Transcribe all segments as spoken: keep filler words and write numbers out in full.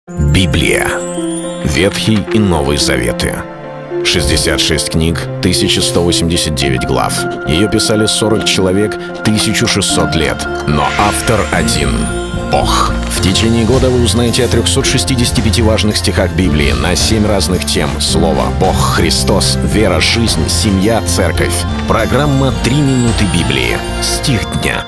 Библия. Ветхий и Новый Заветы. шестьдесят шесть книг, тысяча сто восемьдесят девять глав. Ее писали сорок человек, тысяча шестьсот лет. Но автор один — Бог. В течение года вы узнаете о трёхстах шестидесяти пяти важных стихах Библии на семь разных тем. Слово, Бог, Христос, вера, жизнь, семья, церковь. Программа «Три минуты Библии». Стих дня.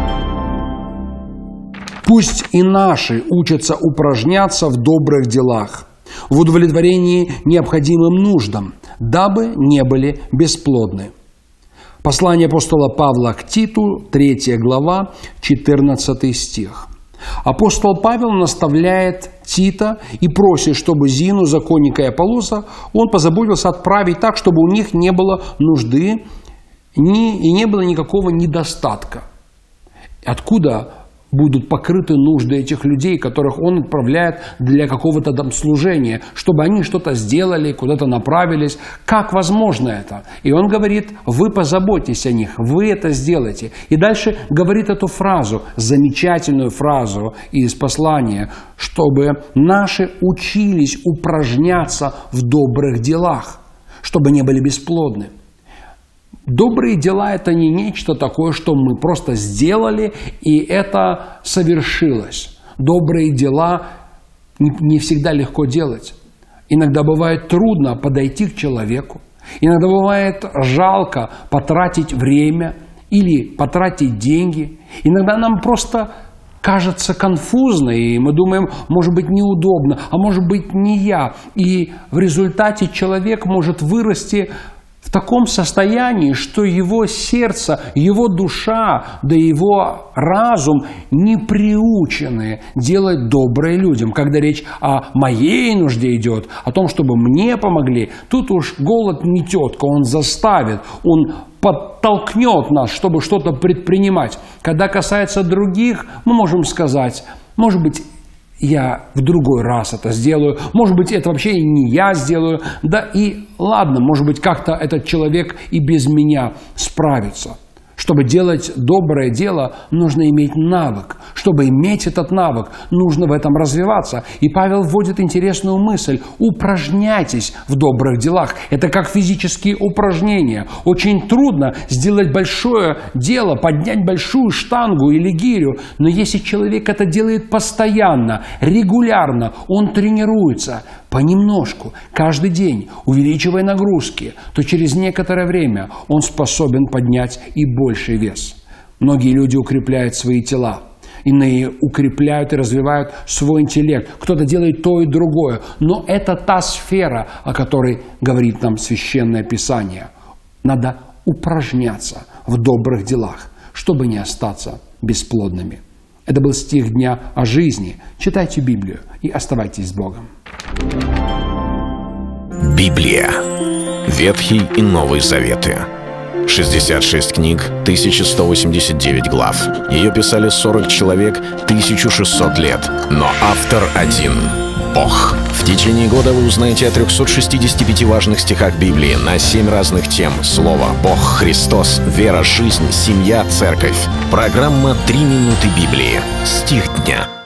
Пусть и наши учатся упражняться в добрых делах, в удовлетворении необходимым нуждам, дабы не были бесплодны. Послание апостола Павла к Титу, третья глава, четырнадцатый стих. Апостол Павел наставляет Тита и просит, чтобы Зину, законника и Аполлоса, он позаботился отправить так, чтобы у них не было нужды ни, и не было никакого недостатка. Откуда будут покрыты нужды этих людей, которых он отправляет для какого-то там служения, чтобы они что-то сделали, куда-то направились. Как возможно это? И он говорит: вы позаботьтесь о них, вы это сделаете. И дальше говорит эту фразу, замечательную фразу из послания, чтобы наши учились упражняться в добрых делах, чтобы не были бесплодны. Добрые дела – это не нечто такое, что мы просто сделали, и это совершилось. Добрые дела не всегда легко делать. Иногда бывает трудно подойти к человеку. Иногда бывает жалко потратить время или потратить деньги. Иногда нам просто кажется конфузно, и мы думаем, может быть, неудобно, а может быть, не я. И в результате человек может вырасти в таком состоянии, что его сердце, его душа, да его разум не приучены делать доброе людям. Когда речь о моей нужде идет, о том, чтобы мне помогли, тут уж голод не тетка, он заставит, он подтолкнет нас, чтобы что-то предпринимать. Когда касается других, мы можем сказать, может быть, я в другой раз это сделаю, может быть, это вообще и не я сделаю, да и ладно, может быть, как-то этот человек и без меня справится. Чтобы делать доброе дело, нужно иметь навык. Чтобы иметь этот навык, нужно в этом развиваться. И Павел вводит интересную мысль: упражняйтесь в добрых делах. Это как физические упражнения. Очень трудно сделать большое дело, поднять большую штангу или гирю. Но если человек это делает постоянно, регулярно, он тренируется понемножку, каждый день, увеличивая нагрузки, то через некоторое время он способен поднять и больший вес. Многие люди укрепляют свои тела, иные укрепляют и развивают свой интеллект. Кто-то делает то и другое. Но это та сфера, о которой говорит нам Священное Писание. Надо упражняться в добрых делах, чтобы не остаться бесплодными. Это был стих дня о жизни. Читайте Библию и оставайтесь с Богом. Библия. Ветхий и Новый Заветы. шестьдесят шесть книг, тысяча сто восемьдесят девять глав. Ее писали сорок человек, тысяча шестьсот лет. Но автор один — Бог. В течение года вы узнаете о трёхстах шестидесяти пяти важных стихах Библии на семь разных тем. Слово, Бог, Христос, вера, жизнь, семья, церковь. Программа «Три минуты Библии». Стих дня.